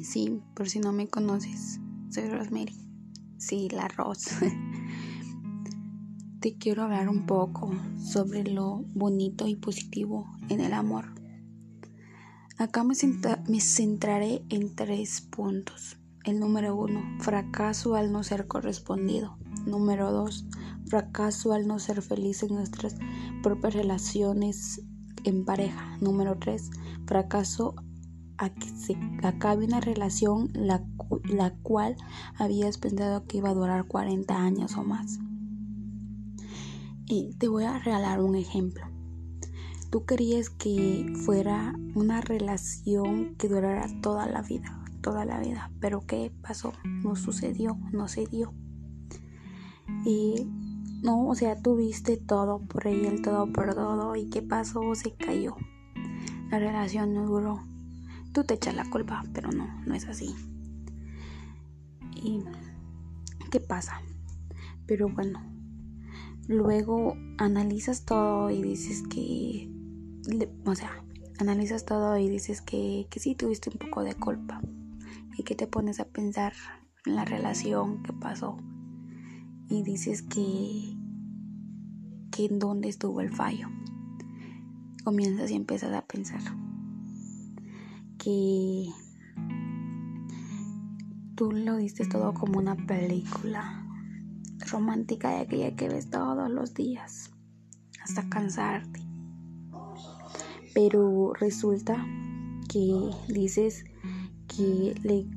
Sí, por si no me conoces, soy Rosemary. Sí, la Ros. Te quiero hablar un poco sobre lo bonito y positivo en el amor. Acá me centraré en 3 puntos. El número 1, fracaso al no ser correspondido. Número 2, fracaso al no ser feliz en nuestras propias relaciones en pareja. Número 3, fracaso a que se acabe una relación la cual habías pensado que iba a durar 40 años o más. Y te voy a regalar un ejemplo. Tú querías que fuera una relación que durara toda la vida, pero ¿qué pasó? No sucedió, no se dio. Y no, o sea, tuviste todo por ella, el todo por todo, y ¿qué pasó? Se cayó. La relación no duró. Tú te echas la culpa, pero no es así. ¿Y qué pasa? Pero bueno, luego analizas todo y dices que sí tuviste un poco de culpa, y que te pones a pensar en la relación que pasó y dices que en dónde estuvo el fallo. Comienzas y empiezas a pensar que tú lo diste todo como una película romántica de aquella que ves todos los días hasta cansarte, pero resulta que dices que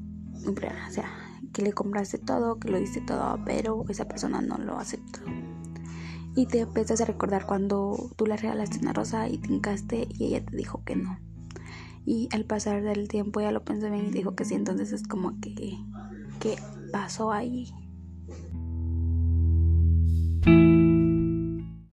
le compraste todo, que lo diste todo, pero esa persona no lo aceptó. Y te empiezas a recordar cuando tú le regalaste una rosa y te hincaste y ella te dijo que no. Y al pasar del tiempo ella lo pensó bien y dijo que sí. Entonces es como que ¿qué pasó ahí?